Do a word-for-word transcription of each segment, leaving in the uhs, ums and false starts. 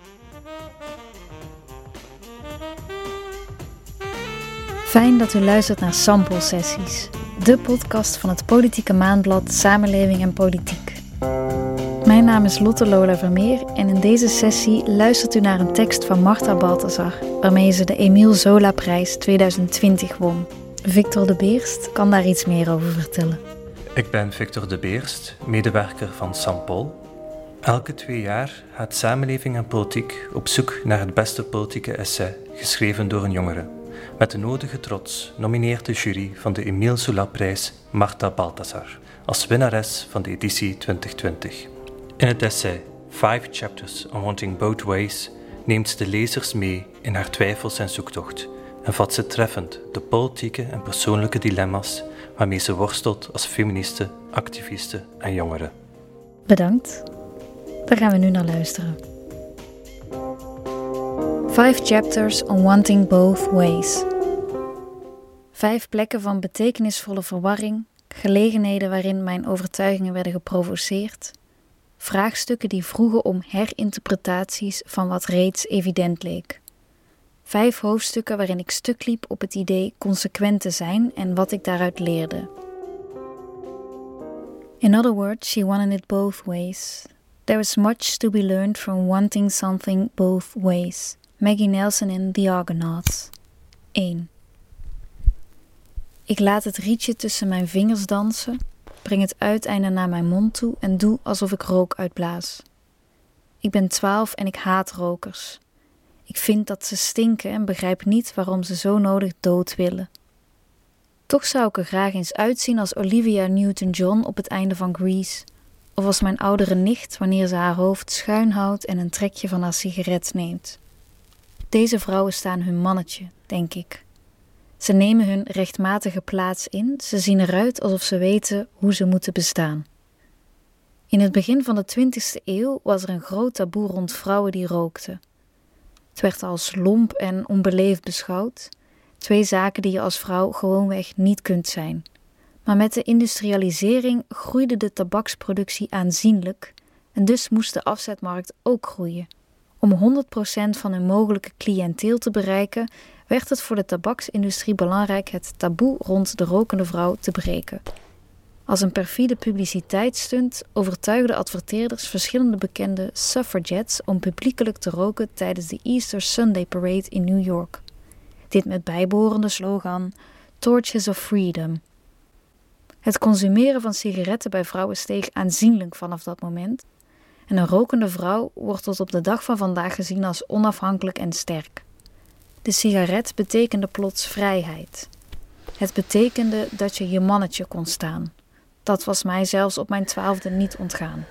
Fijn dat u luistert naar Sample Sessies, de podcast van het politieke maandblad Samenleving en Politiek. Mijn naam is Lotte Lola Vermeer en in deze sessie luistert u naar een tekst van Marta Balthazar, waarmee ze de Emile Zola-prijs tweeduizend twintig won. Victor de Beerst kan daar iets meer over vertellen. Ik ben Victor de Beerst, medewerker van Sample. Elke twee jaar gaat Samenleving en Politiek op zoek naar het beste politieke essay, geschreven door een jongere. Met de nodige trots nomineert de jury van de Emile Zola-prijs Marta Balthazar als winnares van de editie twintig twintig. In het essay Five Chapters on Wanting Both Ways neemt ze de lezers mee in haar twijfels en zoektocht en vat ze treffend de politieke en persoonlijke dilemma's waarmee ze worstelt als feministe, activiste en jongere. Bedankt. Daar gaan we nu naar luisteren. Five Chapters on Wanting Both Ways. Vijf plekken van betekenisvolle verwarring, gelegenheden waarin mijn overtuigingen werden geprovoceerd, vraagstukken die vroegen om herinterpretaties van wat reeds evident leek. Vijf hoofdstukken waarin ik stuk liep op het idee consequent te zijn en wat ik daaruit leerde. In other words, she wanted it both ways. There is much to be learned from wanting something both ways. Maggie Nelson in The Argonauts. één. Ik laat het rietje tussen mijn vingers dansen, breng het uiteinde naar mijn mond toe en doe alsof ik rook uitblaas. Ik ben twaalf en ik haat rokers. Ik vind dat ze stinken en begrijp niet waarom ze zo nodig dood willen. Toch zou ik er graag eens uitzien als Olivia Newton-John op het einde van Grease, of als mijn oudere nicht wanneer ze haar hoofd schuin houdt en een trekje van haar sigaret neemt. Deze vrouwen staan hun mannetje, denk ik. Ze nemen hun rechtmatige plaats in, ze zien eruit alsof ze weten hoe ze moeten bestaan. In het begin van de twintigste eeuw was er een groot taboe rond vrouwen die rookten. Het werd als lomp en onbeleefd beschouwd, twee zaken die je als vrouw gewoonweg niet kunt zijn. Maar met de industrialisering groeide de tabaksproductie aanzienlijk en dus moest de afzetmarkt ook groeien. Om honderd procent van hun mogelijke cliënteel te bereiken, werd het voor de tabaksindustrie belangrijk het taboe rond de rokende vrouw te breken. Als een perfide publiciteitsstunt overtuigden adverteerders verschillende bekende suffragettes om publiekelijk te roken tijdens de Easter Sunday Parade in New York. Dit met bijbehorende slogan Torches of Freedom. Het consumeren van sigaretten bij vrouwen steeg aanzienlijk vanaf dat moment en een rokende vrouw wordt tot op de dag van vandaag gezien als onafhankelijk en sterk. De sigaret betekende plots vrijheid. Het betekende dat je je mannetje kon staan. Dat was mij zelfs op mijn twaalfde niet ontgaan.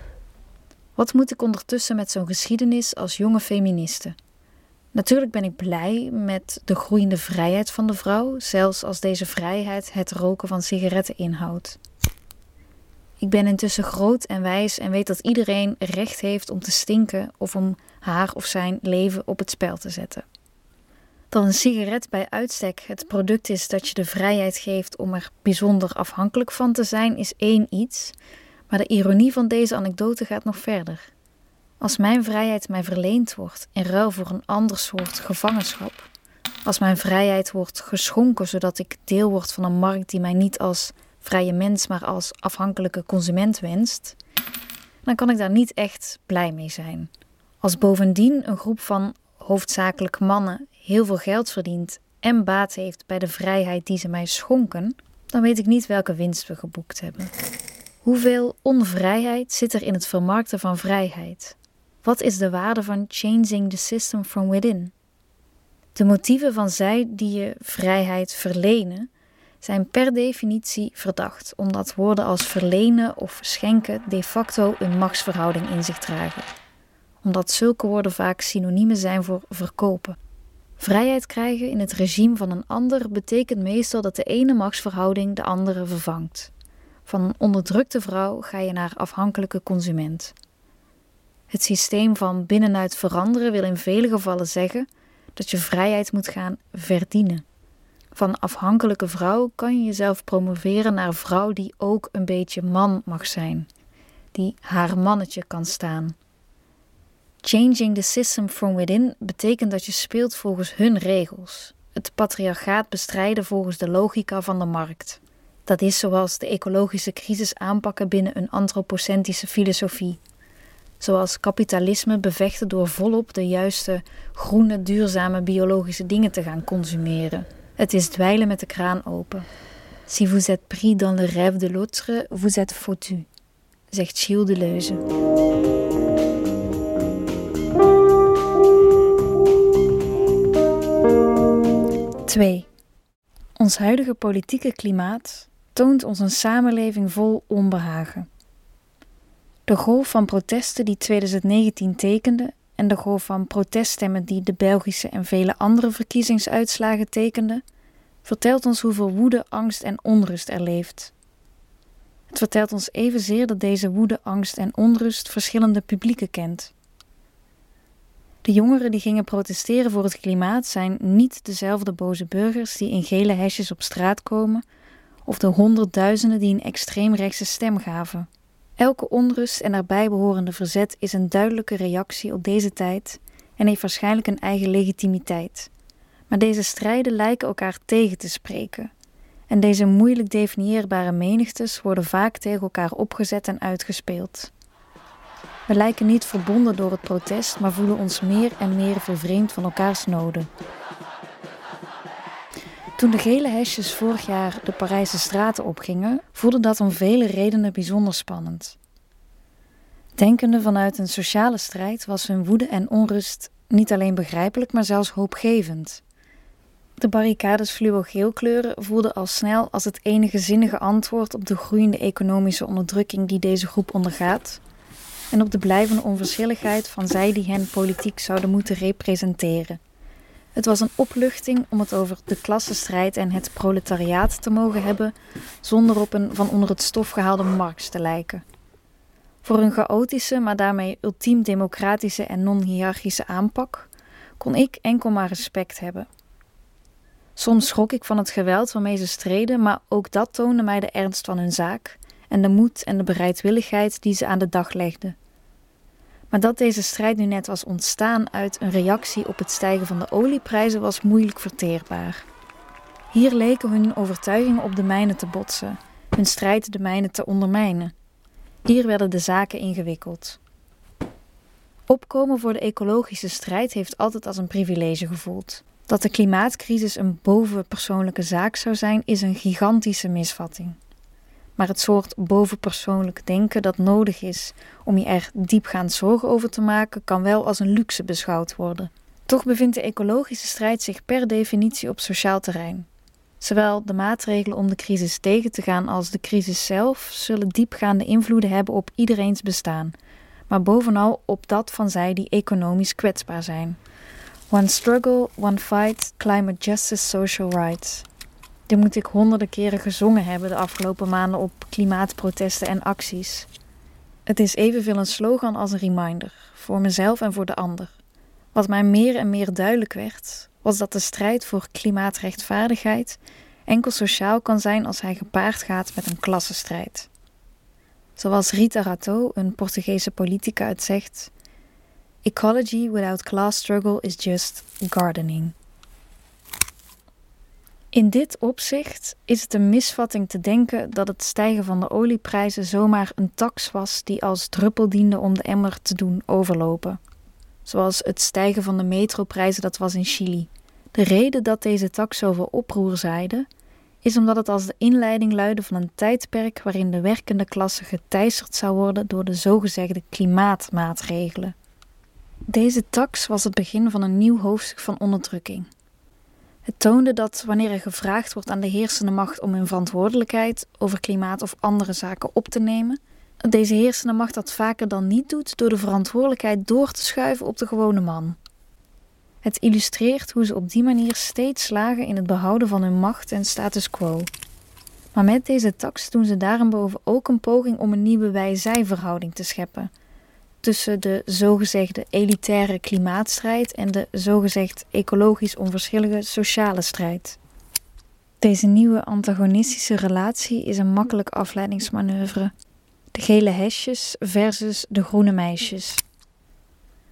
Wat moet ik ondertussen met zo'n geschiedenis als jonge feministe? Natuurlijk ben ik blij met de groeiende vrijheid van de vrouw, zelfs als deze vrijheid het roken van sigaretten inhoudt. Ik ben intussen groot en wijs en weet dat iedereen recht heeft om te stinken of om haar of zijn leven op het spel te zetten. Dat een sigaret bij uitstek het product is dat je de vrijheid geeft om er bijzonder afhankelijk van te zijn, is één iets, maar de ironie van deze anekdote gaat nog verder. Als mijn vrijheid mij verleend wordt in ruil voor een ander soort gevangenschap, als mijn vrijheid wordt geschonken zodat ik deel word van een markt die mij niet als vrije mens, maar als afhankelijke consument wenst, dan kan ik daar niet echt blij mee zijn. Als bovendien een groep van hoofdzakelijk mannen heel veel geld verdient en baat heeft bij de vrijheid die ze mij schonken, dan weet ik niet welke winst we geboekt hebben. Hoeveel onvrijheid zit er in het vermarkten van vrijheid? Wat is de waarde van changing the system from within? De motieven van zij die je vrijheid verlenen zijn per definitie verdacht, omdat woorden als verlenen of schenken de facto een machtsverhouding in zich dragen. Omdat zulke woorden vaak synoniemen zijn voor verkopen. Vrijheid krijgen in het regime van een ander betekent meestal dat de ene machtsverhouding de andere vervangt. Van een onderdrukte vrouw ga je naar afhankelijke consument. Het systeem van binnenuit veranderen wil in vele gevallen zeggen dat je vrijheid moet gaan verdienen. Van afhankelijke vrouw kan je jezelf promoveren naar vrouw die ook een beetje man mag zijn. Die haar mannetje kan staan. Changing the system from within betekent dat je speelt volgens hun regels. Het patriarchaat bestrijden volgens de logica van de markt. Dat is zoals de ecologische crisis aanpakken binnen een antropocentrische filosofie. Zoals kapitalisme bevechten door volop de juiste, groene, duurzame biologische dingen te gaan consumeren. Het is dweilen met de kraan open. Si vous êtes pris dans le rêve de l'autre, vous êtes foutu, zegt Gilles Deleuze. twee. Ons huidige politieke klimaat toont ons een samenleving vol onbehagen. De golf van protesten die twintig negentien tekende en de golf van proteststemmen die de Belgische en vele andere verkiezingsuitslagen tekenden, vertelt ons hoeveel woede, angst en onrust er leeft. Het vertelt ons evenzeer dat deze woede, angst en onrust verschillende publieken kent. De jongeren die gingen protesteren voor het klimaat zijn niet dezelfde boze burgers die in gele hesjes op straat komen of de honderdduizenden die een extreemrechtse stem gaven. Elke onrust en daarbij behorende verzet is een duidelijke reactie op deze tijd en heeft waarschijnlijk een eigen legitimiteit. Maar deze strijden lijken elkaar tegen te spreken. En deze moeilijk definieerbare menigtes worden vaak tegen elkaar opgezet en uitgespeeld. We lijken niet verbonden door het protest, maar voelen ons meer en meer vervreemd van elkaars noden. Toen de gele hesjes vorig jaar de Parijse straten opgingen, voelde dat om vele redenen bijzonder spannend. Denkende vanuit een sociale strijd was hun woede en onrust niet alleen begrijpelijk, maar zelfs hoopgevend. De barricades fluo-geel kleuren voelden al snel als het enige zinnige antwoord op de groeiende economische onderdrukking die deze groep ondergaat en op de blijvende onverschilligheid van zij die hen politiek zouden moeten representeren. Het was een opluchting om het over de klassenstrijd en het proletariaat te mogen hebben, zonder op een van onder het stof gehaalde Marx te lijken. Voor een chaotische, maar daarmee ultiem democratische en non-hiërarchische aanpak kon ik enkel maar respect hebben. Soms schrok ik van het geweld waarmee ze streden, maar ook dat toonde mij de ernst van hun zaak en de moed en de bereidwilligheid die ze aan de dag legden. Maar dat deze strijd nu net was ontstaan uit een reactie op het stijgen van de olieprijzen was moeilijk verteerbaar. Hier leken hun overtuigingen op de mijne te botsen, hun strijd de mijne te ondermijnen. Hier werden de zaken ingewikkeld. Opkomen voor de ecologische strijd heeft altijd als een privilege gevoeld. Dat de klimaatcrisis een bovenpersoonlijke zaak zou zijn, is een gigantische misvatting. Maar het soort bovenpersoonlijk denken dat nodig is om je er diepgaand zorgen over te maken, kan wel als een luxe beschouwd worden. Toch bevindt de ecologische strijd zich per definitie op sociaal terrein. Zowel de maatregelen om de crisis tegen te gaan als de crisis zelf zullen diepgaande invloeden hebben op iedereens bestaan, maar bovenal op dat van zij die economisch kwetsbaar zijn. One struggle, one fight, climate justice, social rights. Dit moet ik honderden keren gezongen hebben de afgelopen maanden op klimaatprotesten en acties. Het is evenveel een slogan als een reminder, voor mezelf en voor de ander. Wat mij meer en meer duidelijk werd, was dat de strijd voor klimaatrechtvaardigheid enkel sociaal kan zijn als hij gepaard gaat met een klassenstrijd. Zoals Rita Ratto, een Portugese politica, het zegt: Ecology without class struggle is just gardening. In dit opzicht is het een misvatting te denken dat het stijgen van de olieprijzen zomaar een tax was die als druppel diende om de emmer te doen overlopen. Zoals het stijgen van de metroprijzen dat was in Chili. De reden dat deze tax zoveel oproer zaaide, is omdat het als de inleiding luidde van een tijdperk waarin de werkende klasse geteisterd zou worden door de zogezegde klimaatmaatregelen. Deze tax was het begin van een nieuw hoofdstuk van onderdrukking. Het toonde dat wanneer er gevraagd wordt aan de heersende macht om hun verantwoordelijkheid over klimaat of andere zaken op te nemen, dat deze heersende macht dat vaker dan niet doet door de verantwoordelijkheid door te schuiven op de gewone man. Het illustreert hoe ze op die manier steeds slagen in het behouden van hun macht en status quo. Maar met deze tax doen ze daarenboven ook een poging om een nieuwe wij-zij-verhouding te scheppen tussen de zogezegde elitaire klimaatstrijd en de zogezegd ecologisch onverschillige sociale strijd. Deze nieuwe antagonistische relatie is een makkelijk afleidingsmanoeuvre. De gele hesjes versus de groene meisjes.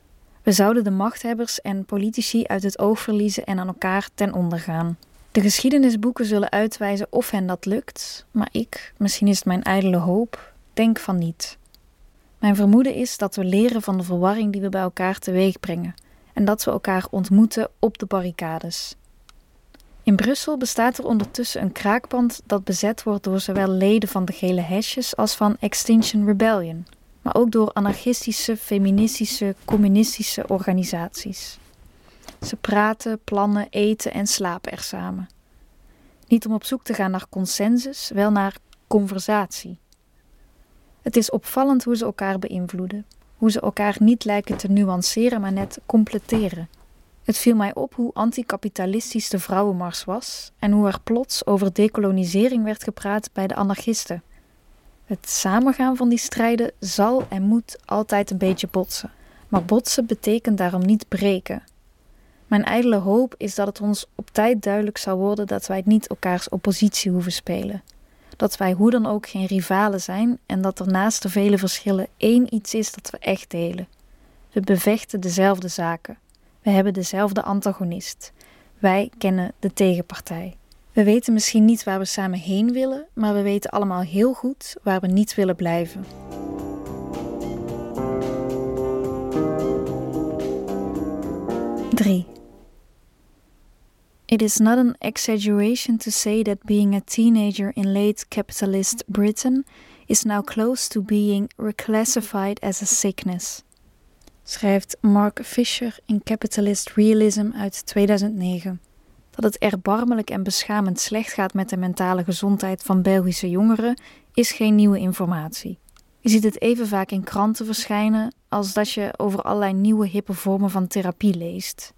We zouden de machthebbers en politici uit het oog verliezen en aan elkaar ten onder gaan. De geschiedenisboeken zullen uitwijzen of hen dat lukt, maar ik, misschien is het mijn ijdele hoop, denk van niet. Mijn vermoeden is dat we leren van de verwarring die we bij elkaar teweeg brengen en dat we elkaar ontmoeten op de barricades. In Brussel bestaat er ondertussen een kraakpand dat bezet wordt door zowel leden van de Gele Hesjes als van Extinction Rebellion, maar ook door anarchistische, feministische, communistische organisaties. Ze praten, plannen, eten en slapen er samen. Niet om op zoek te gaan naar consensus, wel naar conversatie. Het is opvallend hoe ze elkaar beïnvloeden, hoe ze elkaar niet lijken te nuanceren, maar net completeren. Het viel mij op hoe anticapitalistisch de vrouwenmars was en hoe er plots over dekolonisering werd gepraat bij de anarchisten. Het samengaan van die strijden zal en moet altijd een beetje botsen, maar botsen betekent daarom niet breken. Mijn ijdele hoop is dat het ons op tijd duidelijk zal worden dat wij niet elkaars oppositie hoeven spelen. Dat wij hoe dan ook geen rivalen zijn en dat er naast de vele verschillen één iets is dat we echt delen. We bevechten dezelfde zaken. We hebben dezelfde antagonist. Wij kennen de tegenpartij. We weten misschien niet waar we samen heen willen, maar we weten allemaal heel goed waar we niet willen blijven. drie. It is not an exaggeration to say that being a teenager in late capitalist Britain is now close to being reclassified as a sickness, schrijft Mark Fisher in Capitalist Realism uit tweeduizend negen. Dat het erbarmelijk en beschamend slecht gaat met de mentale gezondheid van Belgische jongeren is geen nieuwe informatie. Je ziet het even vaak in kranten verschijnen als dat je over allerlei nieuwe hippe vormen van therapie leest.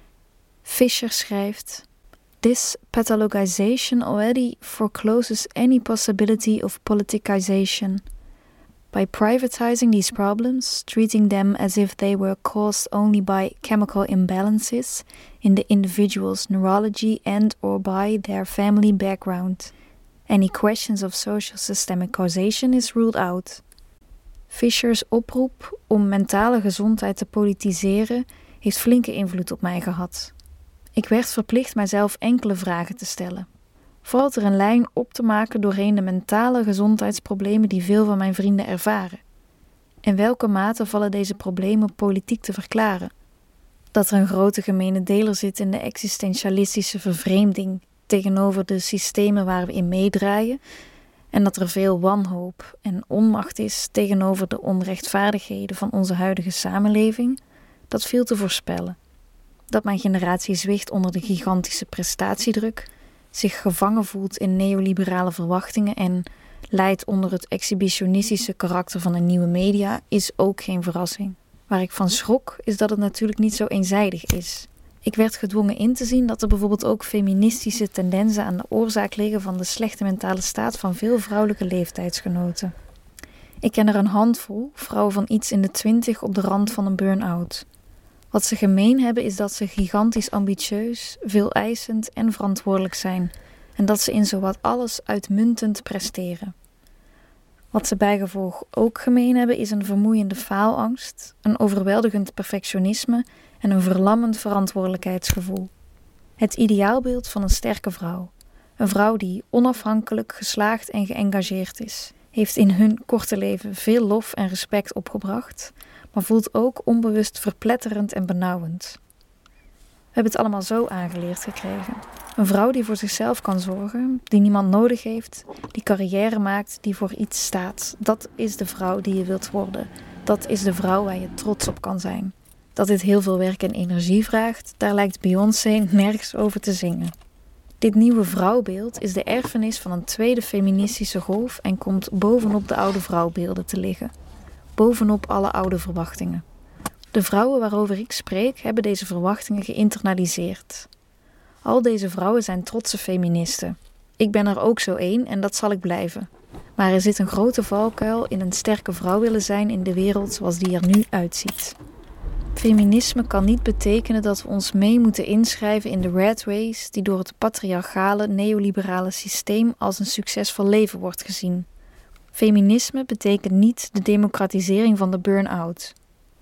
Fisher schrijft: This pathologization already forecloses any possibility of politicization. By privatizing these problems, treating them as if they were caused only by chemical imbalances in the individual's neurology and or by their family background, any questions of social systemic causation is ruled out. Fisher's oproep om mentale gezondheid te politiseren heeft flinke invloed op mij gehad. Ik werd verplicht mijzelf enkele vragen te stellen. Valt er een lijn op te maken doorheen de mentale gezondheidsproblemen die veel van mijn vrienden ervaren? In welke mate vallen deze problemen politiek te verklaren? Dat er een grote gemene deler zit in de existentialistische vervreemding tegenover de systemen waar we in meedraaien en dat er veel wanhoop en onmacht is tegenover de onrechtvaardigheden van onze huidige samenleving, dat viel te voorspellen. Dat mijn generatie zwicht onder de gigantische prestatiedruk, zich gevangen voelt in neoliberale verwachtingen en lijdt onder het exhibitionistische karakter van de nieuwe media, is ook geen verrassing. Waar ik van schrok, is dat het natuurlijk niet zo eenzijdig is. Ik werd gedwongen in te zien dat er bijvoorbeeld ook feministische tendensen aan de oorzaak liggen van de slechte mentale staat van veel vrouwelijke leeftijdsgenoten. Ik ken er een handvol, vrouwen van iets in de twintig op de rand van een burn-out. Wat ze gemeen hebben is dat ze gigantisch ambitieus, veel eisend en verantwoordelijk zijn en dat ze in zowat alles uitmuntend presteren. Wat ze bijgevolg ook gemeen hebben is een vermoeiende faalangst, een overweldigend perfectionisme en een verlammend verantwoordelijkheidsgevoel. Het ideaalbeeld van een sterke vrouw, een vrouw die onafhankelijk, geslaagd en geëngageerd is, heeft in hun korte leven veel lof en respect opgebracht, maar voelt ook onbewust verpletterend en benauwend. We hebben het allemaal zo aangeleerd gekregen. Een vrouw die voor zichzelf kan zorgen, die niemand nodig heeft, die carrière maakt, die voor iets staat. Dat is de vrouw die je wilt worden. Dat is de vrouw waar je trots op kan zijn. Dat dit heel veel werk en energie vraagt, daar lijkt Beyoncé nergens over te zingen. Dit nieuwe vrouwbeeld is de erfenis van een tweede feministische golf en komt bovenop de oude vrouwbeelden te liggen. Bovenop alle oude verwachtingen. De vrouwen waarover ik spreek hebben deze verwachtingen geïnternaliseerd. Al deze vrouwen zijn trotse feministen. Ik ben er ook zo één en dat zal ik blijven. Maar er zit een grote valkuil in een sterke vrouw willen zijn in de wereld zoals die er nu uitziet. Feminisme kan niet betekenen dat we ons mee moeten inschrijven in de rat race die door het patriarchale, neoliberale systeem als een succesvol leven wordt gezien. Feminisme betekent niet de democratisering van de burn-out.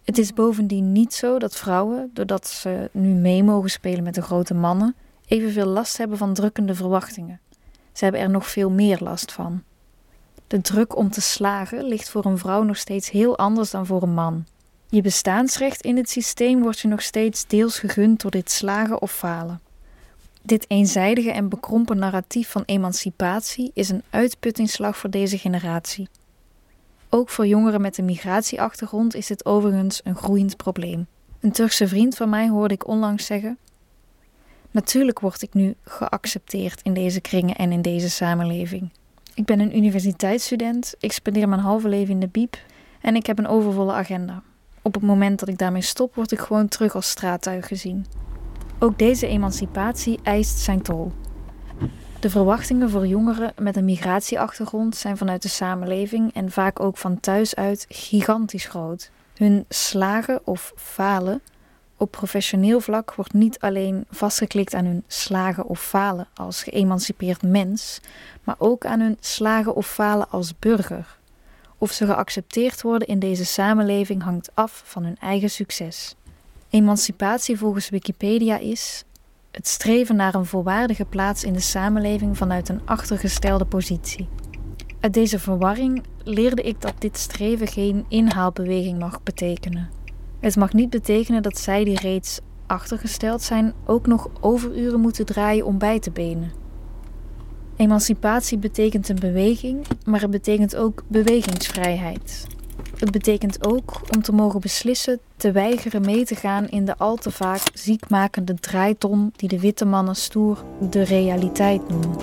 Het is bovendien niet zo dat vrouwen, doordat ze nu mee mogen spelen met de grote mannen, evenveel last hebben van drukkende verwachtingen. Ze hebben er nog veel meer last van. De druk om te slagen ligt voor een vrouw nog steeds heel anders dan voor een man. Je bestaansrecht in het systeem wordt je nog steeds deels gegund door dit slagen of falen. Dit eenzijdige en bekrompen narratief van emancipatie is een uitputtingsslag voor deze generatie. Ook voor jongeren met een migratieachtergrond is dit overigens een groeiend probleem. Een Turkse vriend van mij hoorde ik onlangs zeggen: natuurlijk word ik nu geaccepteerd in deze kringen en in deze samenleving. Ik ben een universiteitsstudent, ik spendeer mijn halve leven in de bieb en ik heb een overvolle agenda. Op het moment dat ik daarmee stop, word ik gewoon terug als straattuig gezien. Ook deze emancipatie eist zijn tol. De verwachtingen voor jongeren met een migratieachtergrond zijn vanuit de samenleving en vaak ook van thuis uit gigantisch groot. Hun slagen of falen op professioneel vlak wordt niet alleen vastgeklikt aan hun slagen of falen als geëmancipeerd mens, maar ook aan hun slagen of falen als burger. Of ze geaccepteerd worden in deze samenleving hangt af van hun eigen succes. Emancipatie volgens Wikipedia is het streven naar een volwaardige plaats in de samenleving vanuit een achtergestelde positie. Uit deze verwarring leerde ik dat dit streven geen inhaalbeweging mag betekenen. Het mag niet betekenen dat zij die reeds achtergesteld zijn ook nog overuren moeten draaien om bij te benen. Emancipatie betekent een beweging, maar het betekent ook bewegingsvrijheid. Het betekent ook om te mogen beslissen te weigeren mee te gaan in de al te vaak ziekmakende draaiton die de witte mannen stoer de realiteit noemen.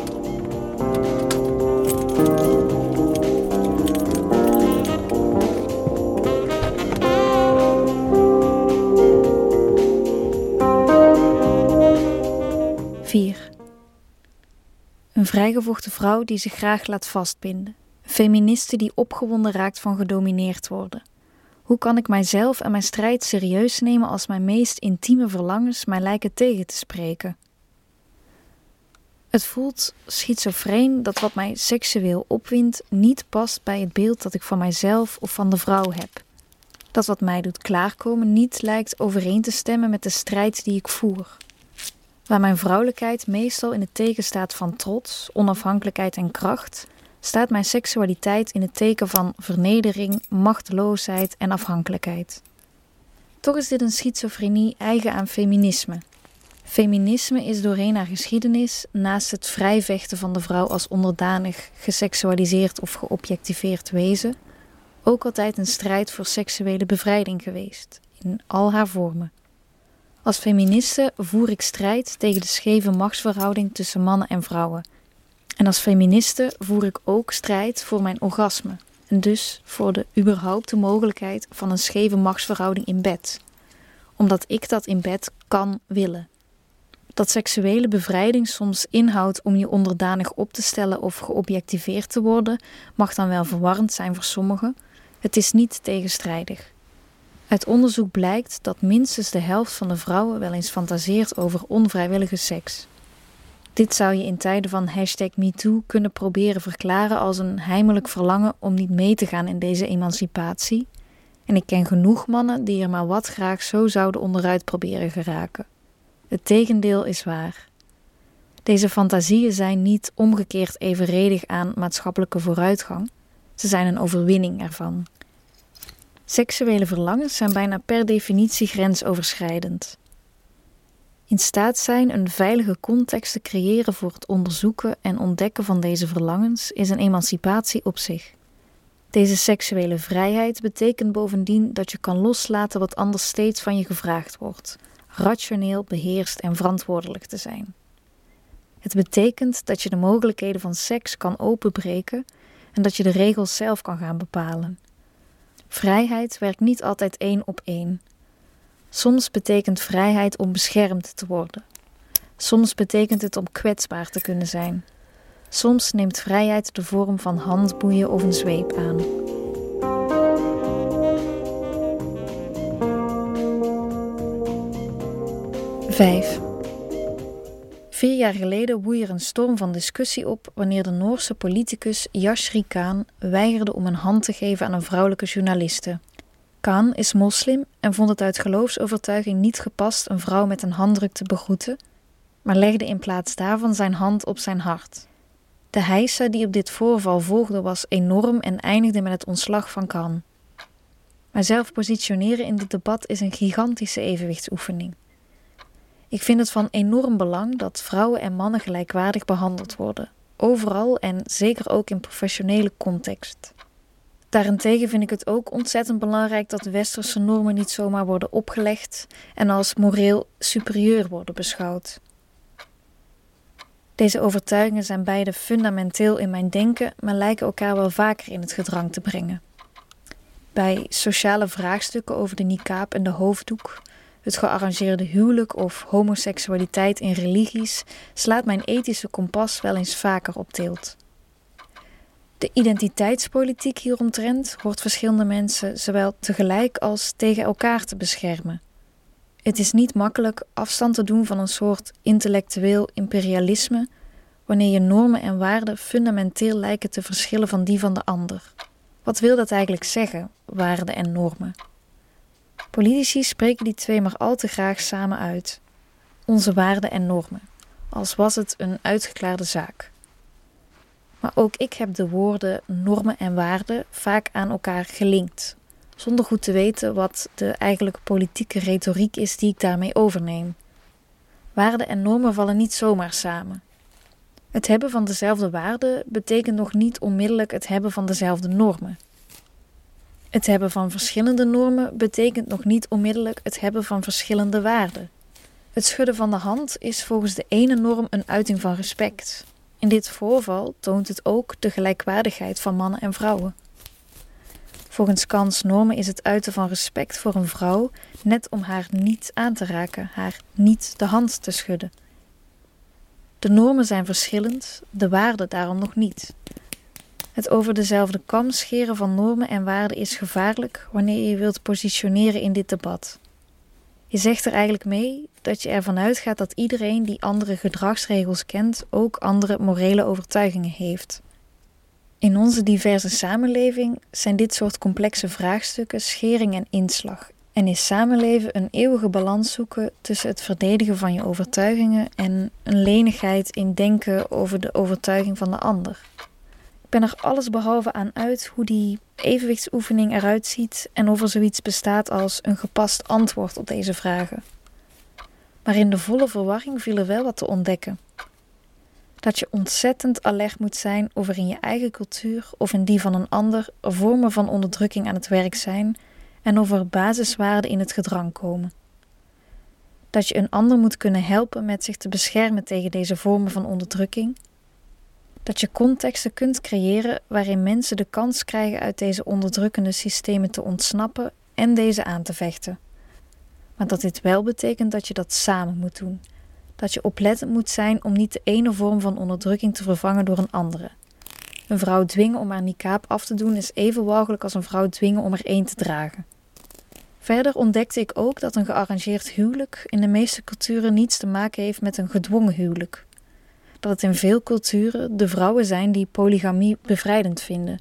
vier. Een vrijgevochten vrouw die zich graag laat vastbinden. Een feministe die opgewonden raakt van gedomineerd worden. Hoe kan ik mijzelf en mijn strijd serieus nemen als mijn meest intieme verlangens mij lijken tegen te spreken? Het voelt schizofreen dat wat mij seksueel opwindt niet past bij het beeld dat ik van mijzelf of van de vrouw heb. Dat wat mij doet klaarkomen niet lijkt overeen te stemmen met de strijd die ik voer. Waar mijn vrouwelijkheid meestal in het teken staat van trots, onafhankelijkheid en kracht, staat mijn seksualiteit in het teken van vernedering, machteloosheid en afhankelijkheid. Toch is dit een schizofrenie eigen aan feminisme. Feminisme is doorheen haar geschiedenis, naast het vrijvechten van de vrouw als onderdanig, geseksualiseerd of geobjectiveerd wezen, ook altijd een strijd voor seksuele bevrijding geweest, in al haar vormen. Als feministe voer ik strijd tegen de scheve machtsverhouding tussen mannen en vrouwen. En als feministe voer ik ook strijd voor mijn orgasme en dus voor de überhaupt de mogelijkheid van een scheve machtsverhouding in bed. Omdat ik dat in bed kan willen. Dat seksuele bevrijding soms inhoudt om je onderdanig op te stellen of geobjectiveerd te worden, mag dan wel verwarrend zijn voor sommigen. Het is niet tegenstrijdig. Uit onderzoek blijkt dat minstens de helft van de vrouwen wel eens fantaseert over onvrijwillige seks. Dit zou je in tijden van hashtag MeToo kunnen proberen verklaren als een heimelijk verlangen om niet mee te gaan in deze emancipatie. En ik ken genoeg mannen die er maar wat graag zo zouden onderuit proberen geraken. Het tegendeel is waar. Deze fantasieën zijn niet omgekeerd evenredig aan maatschappelijke vooruitgang. Ze zijn een overwinning ervan. Seksuele verlangens zijn bijna per definitie grensoverschrijdend. In staat zijn een veilige context te creëren voor het onderzoeken en ontdekken van deze verlangens is een emancipatie op zich. Deze seksuele vrijheid betekent bovendien dat je kan loslaten wat anders steeds van je gevraagd wordt, rationeel, beheerst en verantwoordelijk te zijn. Het betekent dat je de mogelijkheden van seks kan openbreken en dat je de regels zelf kan gaan bepalen. Vrijheid werkt niet altijd één op één. Soms betekent vrijheid om beschermd te worden. Soms betekent het om kwetsbaar te kunnen zijn. Soms neemt vrijheid de vorm van handboeien of een zweep aan. vijf. Vier jaar geleden woei er een storm van discussie op wanneer de Noorse politicus Yashri Khan weigerde om een hand te geven aan een vrouwelijke journaliste. Khan is moslim en vond het uit geloofsovertuiging niet gepast een vrouw met een handdruk te begroeten, maar legde in plaats daarvan zijn hand op zijn hart. De heisa die op dit voorval volgde was enorm en eindigde met het ontslag van Khan. Mijzelf positioneren in dit debat is een gigantische evenwichtsoefening. Ik vind het van enorm belang dat vrouwen en mannen gelijkwaardig behandeld worden, overal en zeker ook in professionele context. Daarentegen vind ik het ook ontzettend belangrijk dat westerse normen niet zomaar worden opgelegd en als moreel superieur worden beschouwd. Deze overtuigingen zijn beide fundamenteel in mijn denken, maar lijken elkaar wel vaker in het gedrang te brengen. Bij sociale vraagstukken over de niqab en de hoofddoek, het gearrangeerde huwelijk of homoseksualiteit in religies slaat mijn ethische kompas wel eens vaker op tilt. De identiteitspolitiek hieromtrent hoort verschillende mensen zowel tegelijk als tegen elkaar te beschermen. Het is niet makkelijk afstand te doen van een soort intellectueel imperialisme wanneer je normen en waarden fundamenteel lijken te verschillen van die van de ander. Wat wil dat eigenlijk zeggen, waarden en normen? Politici spreken die twee maar al te graag samen uit. Onze waarden en normen, als was het een uitgeklaarde zaak. Maar ook ik heb de woorden normen en waarden vaak aan elkaar gelinkt, zonder goed te weten wat de eigenlijke politieke retoriek is die ik daarmee overneem. Waarden en normen vallen niet zomaar samen. Het hebben van dezelfde waarden betekent nog niet onmiddellijk het hebben van dezelfde normen. Het hebben van verschillende normen betekent nog niet onmiddellijk het hebben van verschillende waarden. Het schudden van de hand is volgens de ene norm een uiting van respect. In dit voorval toont het ook de gelijkwaardigheid van mannen en vrouwen. Volgens Kants normen is het uiten van respect voor een vrouw net om haar niet aan te raken, haar niet de hand te schudden. De normen zijn verschillend, de waarden daarom nog niet. Het over dezelfde kam scheren van normen en waarden is gevaarlijk wanneer je je wilt positioneren in dit debat. Je zegt er eigenlijk mee dat je ervan uitgaat dat iedereen die andere gedragsregels kent ook andere morele overtuigingen heeft. In onze diverse samenleving zijn dit soort complexe vraagstukken schering en inslag en is samenleven een eeuwige balans zoeken tussen het verdedigen van je overtuigingen en een lenigheid in denken over de overtuiging van de ander. Ik ben er allesbehalve aan uit hoe die evenwichtsoefening eruit ziet en of er zoiets bestaat als een gepast antwoord op deze vragen. Maar in de volle verwarring viel er wel wat te ontdekken. Dat je ontzettend alert moet zijn of er in je eigen cultuur of in die van een ander vormen van onderdrukking aan het werk zijn en of er basiswaarden in het gedrang komen. Dat je een ander moet kunnen helpen met zich te beschermen tegen deze vormen van onderdrukking. Dat je contexten kunt creëren waarin mensen de kans krijgen uit deze onderdrukkende systemen te ontsnappen en deze aan te vechten. Maar dat dit wel betekent dat je dat samen moet doen. Dat je oplettend moet zijn om niet de ene vorm van onderdrukking te vervangen door een andere. Een vrouw dwingen om haar niqab af te doen is even walgelijk als een vrouw dwingen om er één te dragen. Verder ontdekte ik ook dat een gearrangeerd huwelijk in de meeste culturen niets te maken heeft met een gedwongen huwelijk. Dat het in veel culturen de vrouwen zijn die polygamie bevrijdend vinden.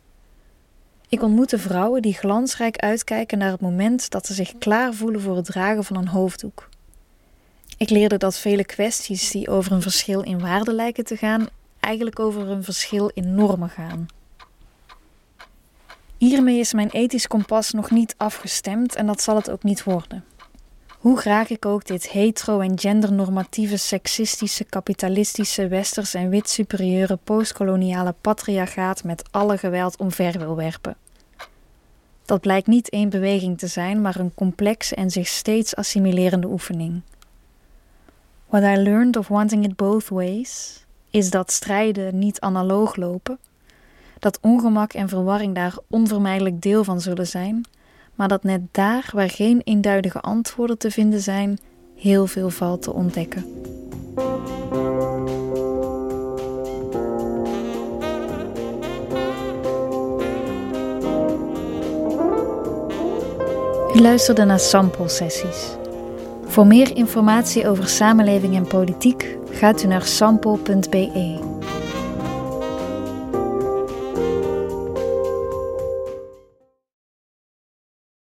Ik ontmoette vrouwen die glansrijk uitkijken naar het moment dat ze zich klaar voelen voor het dragen van een hoofddoek. Ik leerde dat vele kwesties die over een verschil in waarde lijken te gaan, eigenlijk over een verschil in normen gaan. Hiermee is mijn ethisch kompas nog niet afgestemd en dat zal het ook niet worden. Hoe graag ik ook dit hetero- en gendernormatieve, seksistische, kapitalistische, westers en wit superieure postkoloniale patriarchaat met alle geweld omver wil werpen. Dat blijkt niet één beweging te zijn, maar een complexe en zich steeds assimilerende oefening. What I learned of wanting it both ways is dat strijden niet analoog lopen, dat ongemak en verwarring daar onvermijdelijk deel van zullen zijn, maar dat net daar, waar geen eenduidige antwoorden te vinden zijn, heel veel valt te ontdekken. U luisterde naar Sample-sessies. Voor meer informatie over samenleving en politiek gaat u naar sample punt b e.